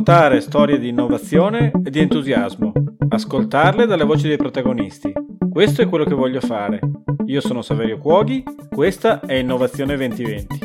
raccontare storie di innovazione e di entusiasmo, ascoltarle dalle voci dei protagonisti. Questo è quello che voglio fare. Io sono Saverio Cuoghi, questa è Innovazione 2020.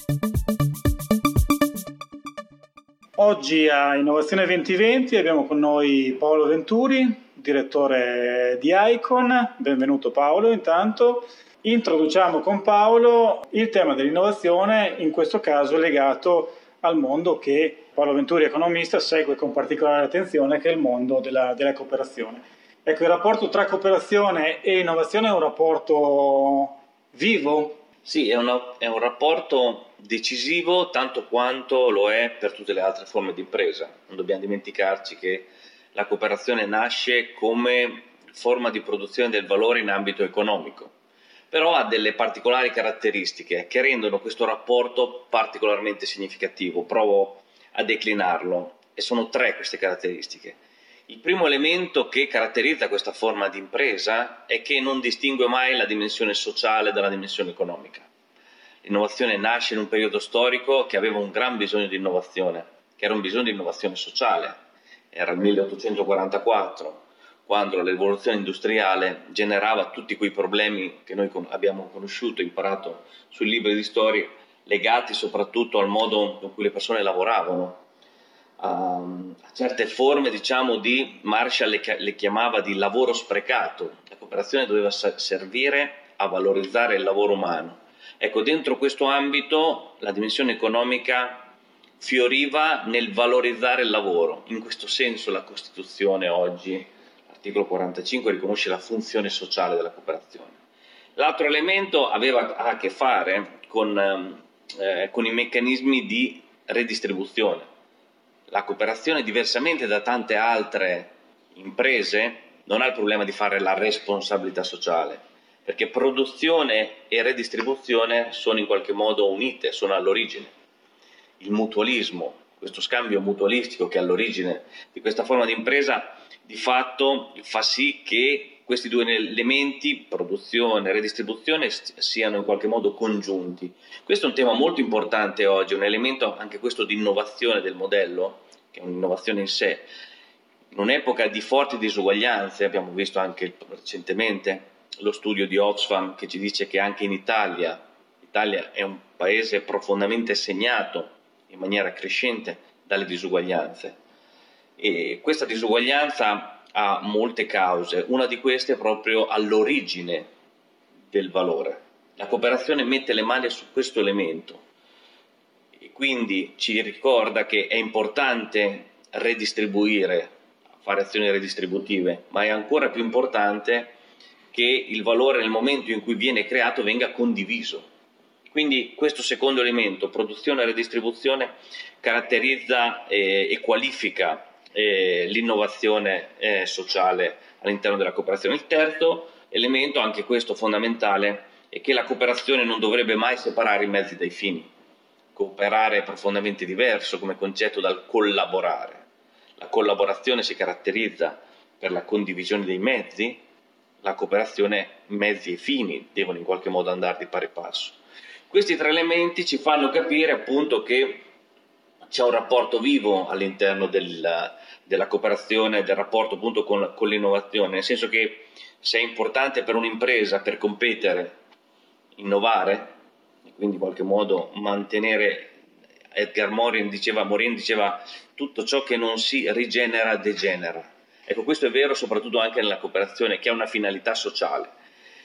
Oggi a Innovazione 2020 abbiamo con noi Paolo Venturi, direttore di Icon. Benvenuto Paolo, intanto. Introduciamo con Paolo il tema dell'innovazione, in questo caso legato al mondo che Paolo Venturi, economista, segue con particolare attenzione, che è il mondo della cooperazione. Ecco, il rapporto tra cooperazione e innovazione è un rapporto vivo? Sì, è un rapporto decisivo tanto quanto lo è per tutte le altre forme di impresa. Non dobbiamo dimenticarci che la cooperazione nasce come forma di produzione del valore in ambito economico, però ha delle particolari caratteristiche che rendono questo rapporto particolarmente significativo. Provo a declinarlo e sono tre queste caratteristiche. Il primo elemento che caratterizza questa forma di impresa è che non distingue mai la dimensione sociale dalla dimensione economica. L'innovazione nasce in un periodo storico che aveva un gran bisogno di innovazione, che era un bisogno di innovazione sociale. Era il 1844, quando la rivoluzione industriale generava tutti quei problemi che noi abbiamo conosciuto e imparato sui libri di storia, legati soprattutto al modo in cui le persone lavoravano, a certe forme, di Marshall le chiamava di lavoro sprecato. La cooperazione doveva servire a valorizzare il lavoro umano. Ecco, dentro questo ambito la dimensione economica fioriva nel valorizzare il lavoro. In questo senso la Costituzione oggi, l'articolo 45, riconosce la funzione sociale della cooperazione. L'altro elemento aveva a che fare con i meccanismi di redistribuzione. La cooperazione, diversamente da tante altre imprese, non ha il problema di fare la responsabilità sociale, perché produzione e redistribuzione sono in qualche modo unite, sono all'origine. Il mutualismo, questo scambio mutualistico che è all'origine di questa forma di impresa, di fatto fa sì che questi due elementi, produzione e redistribuzione, siano in qualche modo congiunti. Questo è un tema molto importante oggi, un elemento anche questo di innovazione del modello, che è un'innovazione in sé. In un'epoca di forti disuguaglianze, abbiamo visto anche recentemente lo studio di Oxfam che ci dice che anche in l'Italia è un paese profondamente segnato in maniera crescente dalle disuguaglianze. E questa disuguaglianza ha molte cause, una di queste è proprio all'origine del valore. La cooperazione mette le mani su questo elemento e quindi ci ricorda che è importante redistribuire, fare azioni redistributive, ma è ancora più importante che il valore nel momento in cui viene creato venga condiviso. Quindi questo secondo elemento, produzione e redistribuzione, caratterizza e qualifica l'innovazione sociale all'interno della cooperazione. Il terzo elemento, anche questo fondamentale, è che la cooperazione non dovrebbe mai separare i mezzi dai fini. Cooperare è profondamente diverso come concetto dal collaborare. La collaborazione si caratterizza per la condivisione dei mezzi, la cooperazione, mezzi e fini devono in qualche modo andare di pari passo. Questi tre elementi ci fanno capire appunto che c'è un rapporto vivo all'interno della cooperazione, del rapporto appunto con l'innovazione, nel senso che se è importante per un'impresa per competere, innovare, e quindi in qualche modo mantenere, Morin diceva tutto ciò che non si rigenera degenera. Ecco, questo è vero soprattutto anche nella cooperazione, che ha una finalità sociale.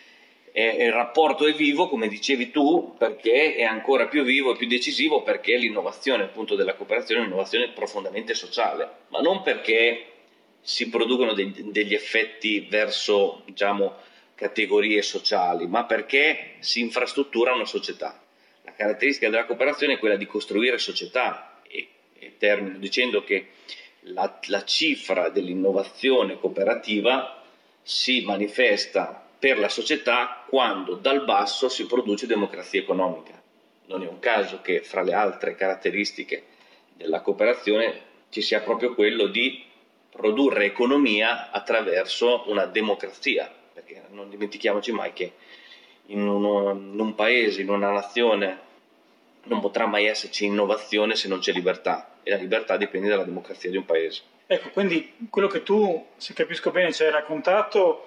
Il rapporto è vivo, come dicevi tu, perché è ancora più vivo e più decisivo perché l'innovazione appunto della cooperazione è un'innovazione profondamente sociale, ma non perché si producono degli effetti verso, categorie sociali, ma perché si infrastruttura una società. La caratteristica della cooperazione è quella di costruire società e termino dicendo che la cifra dell'innovazione cooperativa si manifesta per la società quando dal basso si produce democrazia economica. Non è un caso che fra le altre caratteristiche della cooperazione ci sia proprio quello di produrre economia attraverso una democrazia, perché non dimentichiamoci mai che in un paese, in una nazione non potrà mai esserci innovazione se non c'è libertà, e la libertà dipende dalla democrazia di un paese. Ecco, quindi quello che tu, se capisco bene, ci hai raccontato,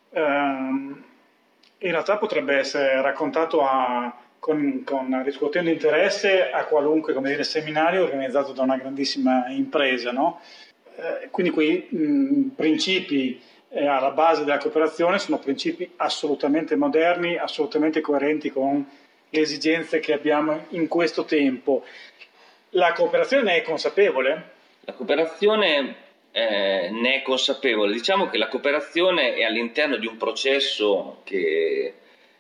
in realtà potrebbe essere raccontato riscuotendo interesse a qualunque, come dire, seminario organizzato da una grandissima impresa, no? Quindi quei principi alla base della cooperazione sono principi assolutamente moderni, assolutamente coerenti con le esigenze che abbiamo in questo tempo. La cooperazione ne è consapevole? La cooperazione ne è consapevole. Diciamo che la cooperazione è all'interno di un processo che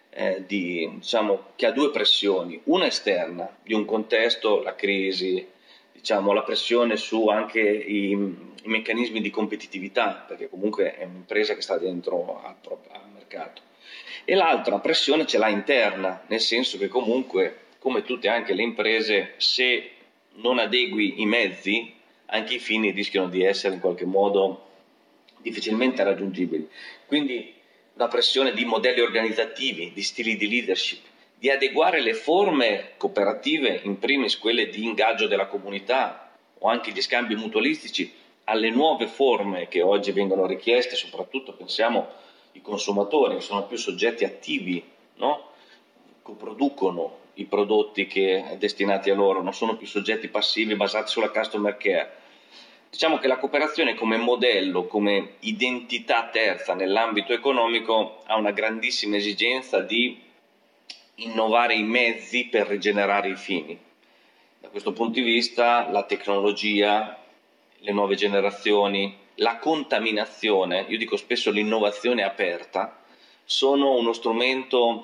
ha due pressioni, una esterna, di un contesto, la crisi, la pressione su anche i meccanismi di competitività, perché comunque è un'impresa che sta dentro al mercato, e l'altra pressione ce l'ha interna, nel senso che comunque, come tutte anche le imprese, se non adegui i mezzi, anche i fini rischiano di essere in qualche modo difficilmente raggiungibili. Quindi una pressione di modelli organizzativi, di stili di leadership, di adeguare le forme cooperative, in primis quelle di ingaggio della comunità o anche gli scambi mutualistici, alle nuove forme che oggi vengono richieste, soprattutto pensiamo ai consumatori, che sono più soggetti attivi, no? Coproducono i prodotti che destinati a loro, non sono più soggetti passivi basati sulla customer care. Diciamo che la cooperazione come modello, come identità terza nell'ambito economico, ha una grandissima esigenza di innovare i mezzi per rigenerare i fini. Da questo punto di vista la tecnologia, le nuove generazioni, la contaminazione, io dico spesso l'innovazione aperta, sono uno strumento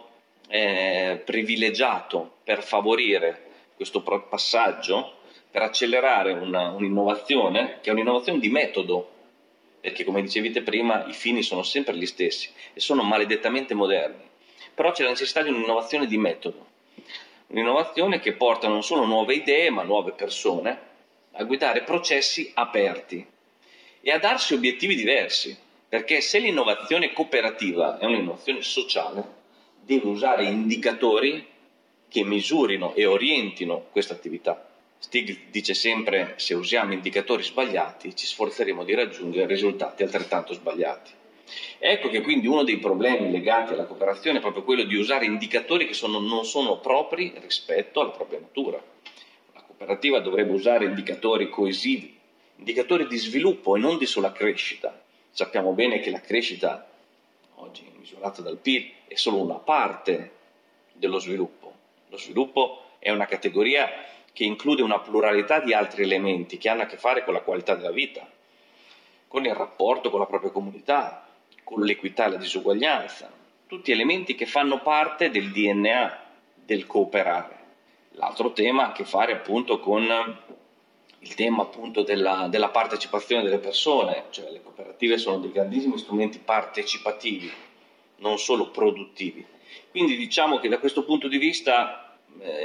privilegiato per favorire questo passaggio, per accelerare un'innovazione che è un'innovazione di metodo, perché come dicevate prima i fini sono sempre gli stessi e sono maledettamente moderni, però c'è la necessità di un'innovazione di metodo, un'innovazione che porta non solo nuove idee ma nuove persone a guidare processi aperti e a darsi obiettivi diversi, perché se l'innovazione cooperativa è un'innovazione sociale deve usare indicatori che misurino e orientino questa attività. Stig dice sempre: se usiamo indicatori sbagliati ci sforzeremo di raggiungere risultati altrettanto sbagliati. Ecco che quindi uno dei problemi legati alla cooperazione è proprio quello di usare indicatori che non sono propri rispetto alla propria natura. La cooperativa dovrebbe usare indicatori coesivi, indicatori di sviluppo e non di sola crescita. Sappiamo bene che la crescita, oggi misurata dal PIL, è solo una parte dello sviluppo. Lo sviluppo è una categoria che include una pluralità di altri elementi che hanno a che fare con la qualità della vita, con il rapporto con la propria comunità, con l'equità e la disuguaglianza, tutti elementi che fanno parte del DNA del cooperare. L'altro tema ha a che fare appunto con il tema appunto della partecipazione delle persone, cioè le cooperative sono dei grandissimi strumenti partecipativi, non solo produttivi. Quindi diciamo che da questo punto di vista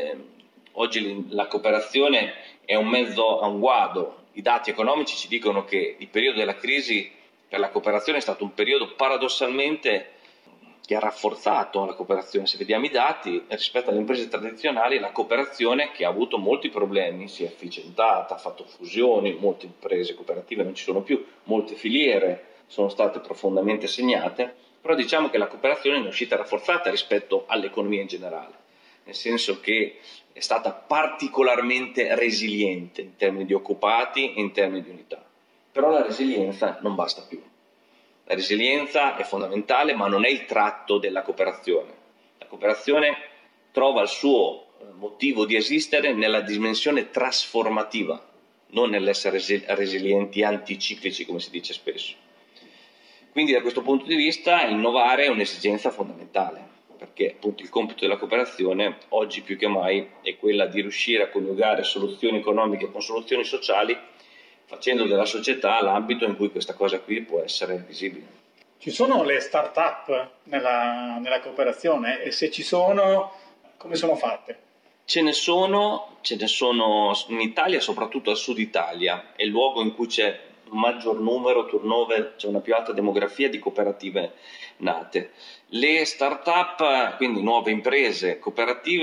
oggi la cooperazione è un mezzo a un guado. I dati economici ci dicono che il periodo della crisi per la cooperazione è stato un periodo paradossalmente che ha rafforzato la cooperazione. Se vediamo i dati, rispetto alle imprese tradizionali, la cooperazione, che ha avuto molti problemi, si è efficientata, ha fatto fusioni, molte imprese cooperative non ci sono più, molte filiere sono state profondamente segnate, però diciamo che la cooperazione è uscita rafforzata rispetto all'economia in generale, nel senso che è stata particolarmente resiliente in termini di occupati e in termini di unità. Però la resilienza non basta più. La resilienza è fondamentale, ma non è il tratto della cooperazione. La cooperazione trova il suo motivo di esistere nella dimensione trasformativa, non nell'essere resilienti anticiclici, come si dice spesso. Quindi da questo punto di vista innovare è un'esigenza fondamentale, perché appunto il compito della cooperazione oggi più che mai è quella di riuscire a coniugare soluzioni economiche con soluzioni sociali, facendo della società l'ambito in cui questa cosa qui può essere visibile. Ci sono le start-up nella cooperazione e se ci sono, come sono fatte? Ce ne sono in Italia, soprattutto al sud Italia, è il luogo in cui c'è un maggior numero, turnover, c'è una più alta demografia di cooperative nate. Le start-up, quindi nuove imprese cooperative,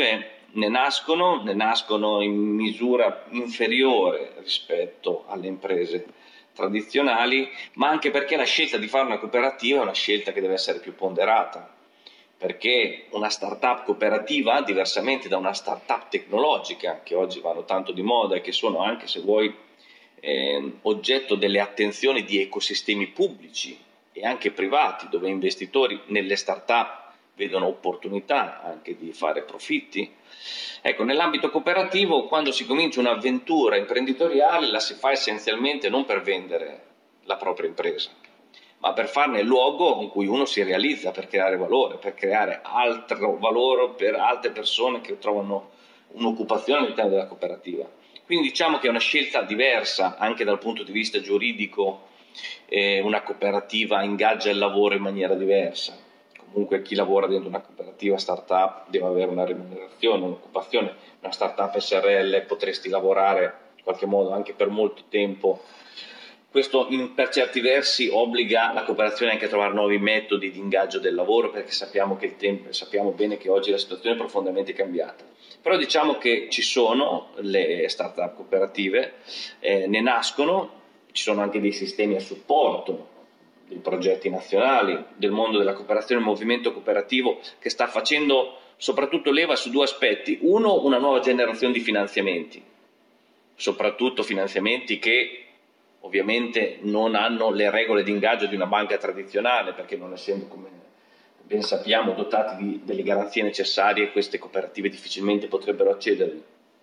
ne nascono in misura inferiore rispetto alle imprese tradizionali, ma anche perché la scelta di fare una cooperativa è una scelta che deve essere più ponderata, perché una startup cooperativa, diversamente da una startup tecnologica, che oggi vanno tanto di moda e che sono anche, se vuoi, oggetto delle attenzioni di ecosistemi pubblici e anche privati, dove investitori nelle startup vedono opportunità anche di fare profitti. Ecco, nell'ambito cooperativo, quando si comincia un'avventura imprenditoriale, la si fa essenzialmente non per vendere la propria impresa, ma per farne il luogo in cui uno si realizza, per creare valore, per creare altro valore per altre persone che trovano un'occupazione all'interno della cooperativa. Quindi diciamo che è una scelta diversa anche dal punto di vista giuridico. Una cooperativa ingaggia il lavoro in maniera diversa. Comunque chi lavora dentro una cooperativa startup deve avere una remunerazione, un'occupazione. Una startup SRL potresti lavorare in qualche modo anche per molto tempo. Questo per certi versi obbliga la cooperazione anche a trovare nuovi metodi di ingaggio del lavoro, perché sappiamo bene che oggi la situazione è profondamente cambiata. Però diciamo che ci sono le startup cooperative, ne nascono, ci sono anche dei sistemi a supporto dei progetti nazionali, del mondo della cooperazione, il movimento cooperativo che sta facendo soprattutto leva su due aspetti. Uno, una nuova generazione di finanziamenti, soprattutto finanziamenti che ovviamente non hanno le regole di ingaggio di una banca tradizionale, perché non essendo, come ben sappiamo, dotati delle garanzie necessarie, queste cooperative difficilmente potrebbero accedervi.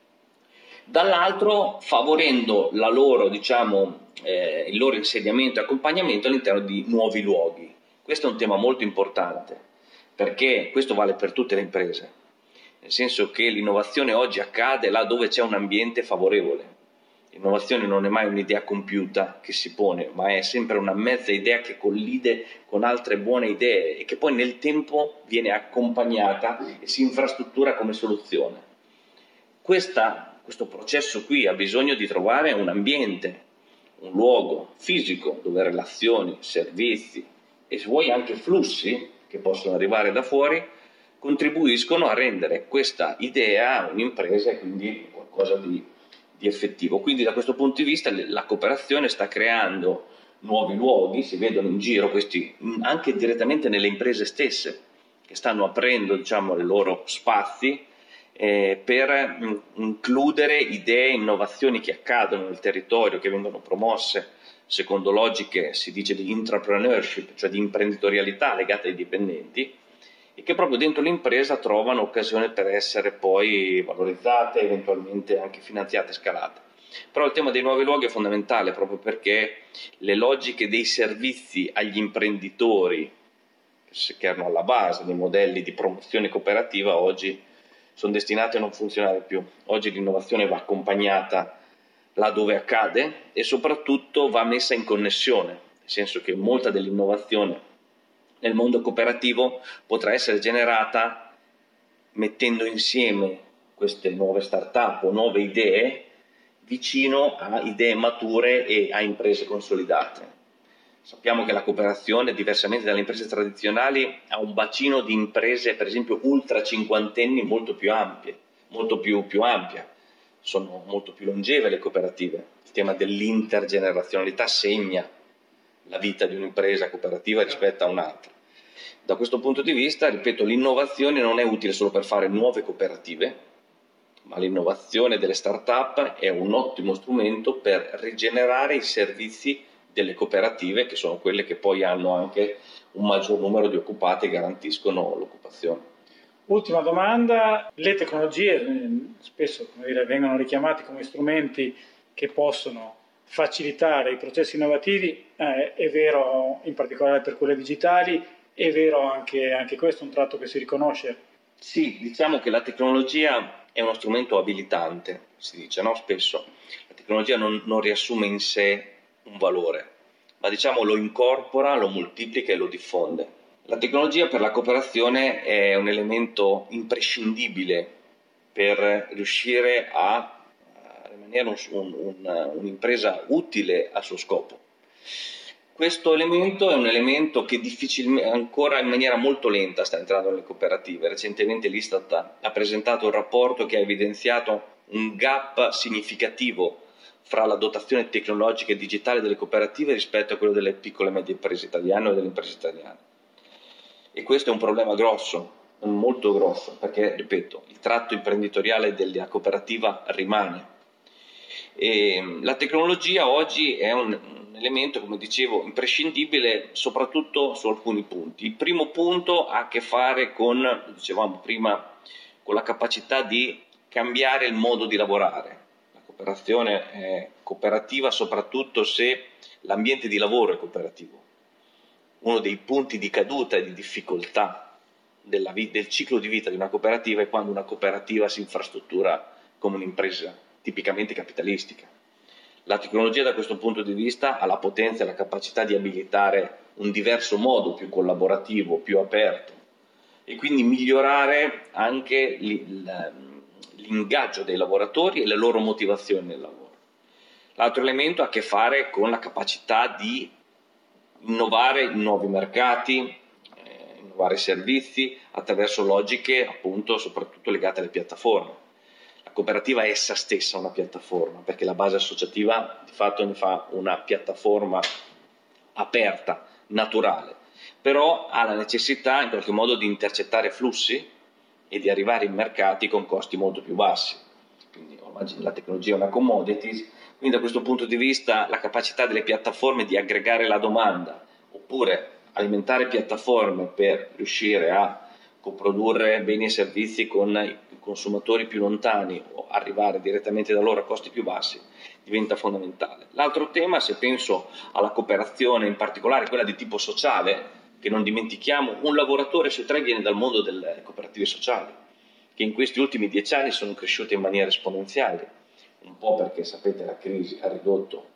Dall'altro favorendo il loro insediamento e accompagnamento all'interno di nuovi luoghi. Questo è un tema molto importante, perché questo vale per tutte le imprese, nel senso che l'innovazione oggi accade là dove c'è un ambiente favorevole. L'innovazione non è mai un'idea compiuta che si pone, ma è sempre una mezza idea che collide con altre buone idee e che poi nel tempo viene accompagnata e si infrastruttura come soluzione. Questo processo qui ha bisogno di trovare un ambiente, un luogo fisico dove relazioni, servizi e se vuoi anche flussi che possono arrivare da fuori contribuiscono a rendere questa idea un'impresa e quindi qualcosa di effettivo. Quindi da questo punto di vista la cooperazione sta creando nuovi luoghi, si vedono in giro questi anche direttamente nelle imprese stesse che stanno aprendo i loro spazi per includere idee e innovazioni che accadono nel territorio, che vengono promosse secondo logiche, si dice, di intrapreneurship, cioè di imprenditorialità legate ai dipendenti, e che proprio dentro l'impresa trovano occasione per essere poi valorizzate, eventualmente anche finanziate e scalate. Però il tema dei nuovi luoghi è fondamentale proprio perché le logiche dei servizi agli imprenditori che erano alla base dei modelli di promozione cooperativa oggi sono destinati a non funzionare più. Oggi l'innovazione va accompagnata là dove accade e soprattutto va messa in connessione, nel senso che molta dell'innovazione nel mondo cooperativo potrà essere generata mettendo insieme queste nuove start-up o nuove idee vicino a idee mature e a imprese consolidate. Sappiamo che la cooperazione, diversamente dalle imprese tradizionali, ha un bacino di imprese, per esempio ultra cinquantenni, molto più ampie, molto più ampia. Sono molto più longeve le cooperative. Il tema dell'intergenerazionalità segna la vita di un'impresa cooperativa rispetto a un'altra. Da questo punto di vista, ripeto, l'innovazione non è utile solo per fare nuove cooperative, ma l'innovazione delle start-up è un ottimo strumento per rigenerare i servizi delle cooperative, che sono quelle che poi hanno anche un maggior numero di occupati e garantiscono l'occupazione. Ultima domanda, le tecnologie spesso vengono richiamate come strumenti che possono facilitare i processi innovativi, è vero in particolare per quelle digitali, è vero anche questo è un tratto che si riconosce? Sì, diciamo che la tecnologia è uno strumento abilitante, si dice, no? Spesso la tecnologia non riassume in sé un valore, ma lo incorpora, lo moltiplica e lo diffonde. La tecnologia per la cooperazione è un elemento imprescindibile per riuscire a rimanere un'impresa utile al suo scopo. Questo elemento è un elemento che difficilmente, ancora in maniera molto lenta sta entrando nelle cooperative. Recentemente l'Istat ha presentato un rapporto che ha evidenziato un gap significativo fra la dotazione tecnologica e digitale delle cooperative rispetto a quello delle piccole e medie imprese italiane o delle imprese italiane. E questo è un problema grosso, molto grosso, perché, ripeto, il tratto imprenditoriale della cooperativa rimane. E la tecnologia oggi è un elemento, come dicevo, imprescindibile soprattutto su alcuni punti. Il primo punto ha a che fare con, dicevamo prima, con la capacità di cambiare il modo di lavorare. La cooperazione è cooperativa soprattutto se l'ambiente di lavoro è cooperativo. Uno dei punti di caduta e di difficoltà del ciclo di vita di una cooperativa è quando una cooperativa si infrastruttura come un'impresa tipicamente capitalistica. La tecnologia da questo punto di vista ha la potenza e la capacità di abilitare un diverso modo più collaborativo, più aperto e quindi migliorare anche l'ingaggio dei lavoratori e le loro motivazioni nel lavoro. L'altro elemento ha a che fare con la capacità di innovare in nuovi mercati, innovare servizi attraverso logiche appunto soprattutto legate alle piattaforme. La cooperativa è essa stessa una piattaforma, perché la base associativa di fatto ne fa una piattaforma aperta, naturale, però ha la necessità in qualche modo di intercettare flussi e di arrivare in mercati con costi molto più bassi. Quindi ormai la tecnologia è una commodity, quindi da questo punto di vista la capacità delle piattaforme di aggregare la domanda oppure alimentare piattaforme per riuscire a coprodurre beni e servizi con i consumatori più lontani o arrivare direttamente da loro a costi più bassi diventa fondamentale. L'altro tema, se penso alla cooperazione, in particolare quella di tipo sociale, che non dimentichiamo, un lavoratore su 3 viene dal mondo delle cooperative sociali, che in questi ultimi 10 anni sono cresciute in maniera esponenziale, un po' perché sapete la crisi ha ridotto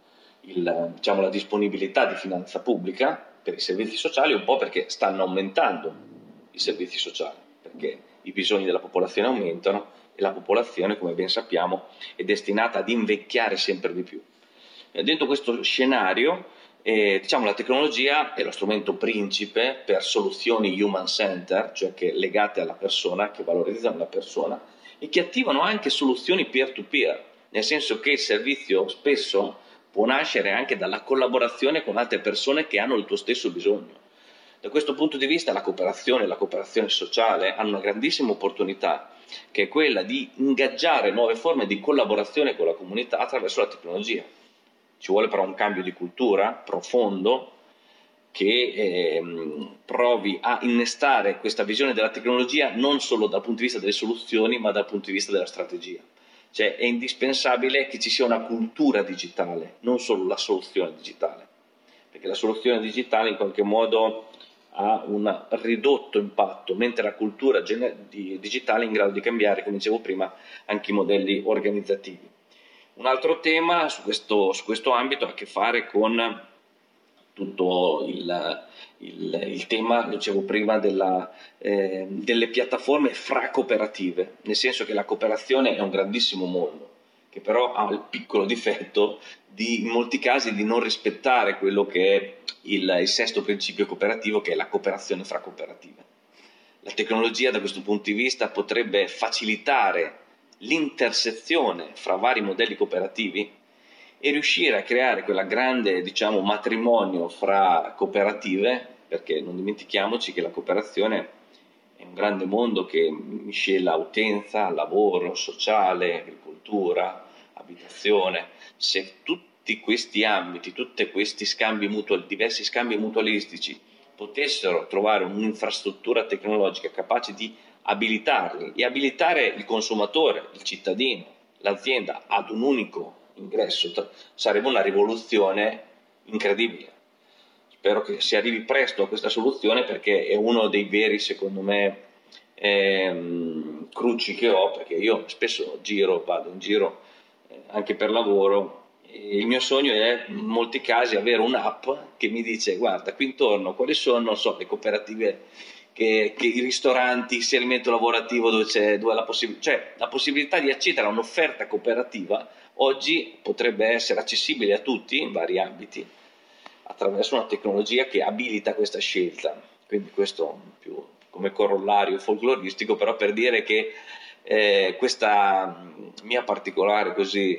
la disponibilità di finanza pubblica per i servizi sociali, un po' perché stanno aumentando i servizi sociali, perché i bisogni della popolazione aumentano e la popolazione, come ben sappiamo, è destinata ad invecchiare sempre di più. Dentro questo scenario, la tecnologia è lo strumento principe per soluzioni human center, cioè che legate alla persona, che valorizzano la persona e che attivano anche soluzioni peer-to-peer, nel senso che il servizio spesso può nascere anche dalla collaborazione con altre persone che hanno il tuo stesso bisogno. Da questo punto di vista la cooperazione sociale hanno una grandissima opportunità, che è quella di ingaggiare nuove forme di collaborazione con la comunità attraverso la tecnologia. Ci vuole però un cambio di cultura profondo che provi a innestare questa visione della tecnologia non solo dal punto di vista delle soluzioni, ma dal punto di vista della strategia. Cioè è indispensabile che ci sia una cultura digitale, non solo la soluzione digitale, perché la soluzione digitale in qualche modo ha un ridotto impatto, mentre la cultura digitale è in grado di cambiare, come dicevo prima, anche i modelli organizzativi. Un altro tema su questo ambito ha a che fare con tutto il tema, dicevo prima, delle piattaforme fra cooperative, nel senso che la cooperazione è un grandissimo mondo, che però ha il piccolo difetto in molti casi di non rispettare quello che è il sesto principio cooperativo, che è la cooperazione fra cooperative. La tecnologia da questo punto di vista potrebbe facilitare l'intersezione fra vari modelli cooperativi e riuscire a creare quella grande, matrimonio fra cooperative, perché non dimentichiamoci che la cooperazione è un grande mondo che miscela utenza, lavoro, sociale, agricoltura, abitazione. Se tutti questi ambiti, tutti questi diversi scambi mutualistici potessero trovare un'infrastruttura tecnologica capace di abilitarli e abilitare il consumatore, il cittadino, l'azienda ad un unico ingresso, sarebbe una rivoluzione incredibile. Spero che si arrivi presto a questa soluzione, perché è uno dei veri, secondo me, cruci che ho, perché io spesso vado in giro anche per lavoro, e il mio sogno è in molti casi avere un'app che mi dice: guarda, qui intorno quali sono, non so, le cooperative, che i ristoranti, il segmento lavorativo dove è la possibilità di accedere a un'offerta cooperativa oggi potrebbe essere accessibile a tutti in vari ambiti, attraverso una tecnologia che abilita questa scelta. Quindi questo più come corollario folcloristico, però per dire che questa mia particolare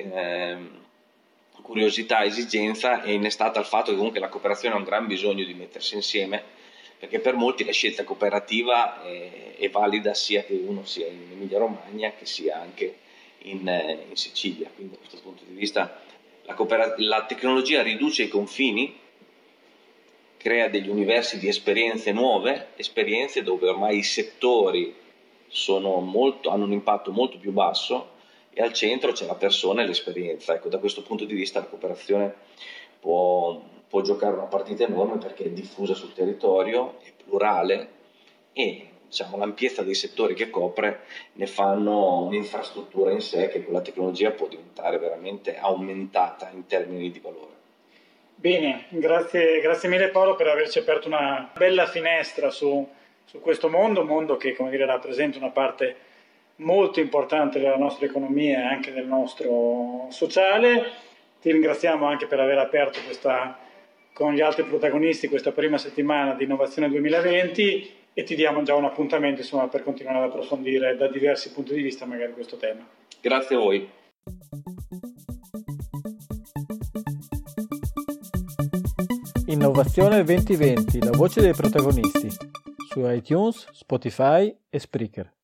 curiosità, esigenza è innestata al fatto che comunque la cooperazione ha un gran bisogno di mettersi insieme, perché per molti la scelta cooperativa è valida sia che uno sia in Emilia Romagna che sia anche in Sicilia. Quindi da questo punto di vista la tecnologia riduce i confini, crea degli universi di esperienze nuove, esperienze dove ormai i settori hanno un impatto molto più basso e al centro c'è la persona e l'esperienza. Ecco, da questo punto di vista la cooperazione può giocare una partita enorme perché è diffusa sul territorio, è plurale e l'ampiezza dei settori che copre ne fanno un'infrastruttura in sé che con la tecnologia può diventare veramente aumentata in termini di valore. Bene, grazie mille Paolo per averci aperto una bella finestra su questo mondo che, come dire, rappresenta una parte molto importante della nostra economia e anche del nostro sociale. Ti ringraziamo anche per aver aperto con gli altri protagonisti questa prima settimana di Innovazione 2020 e ti diamo già un appuntamento per continuare ad approfondire da diversi punti di vista magari questo tema. Grazie a voi. Innovazione 2020, la voce dei protagonisti, su iTunes, Spotify e Spreaker.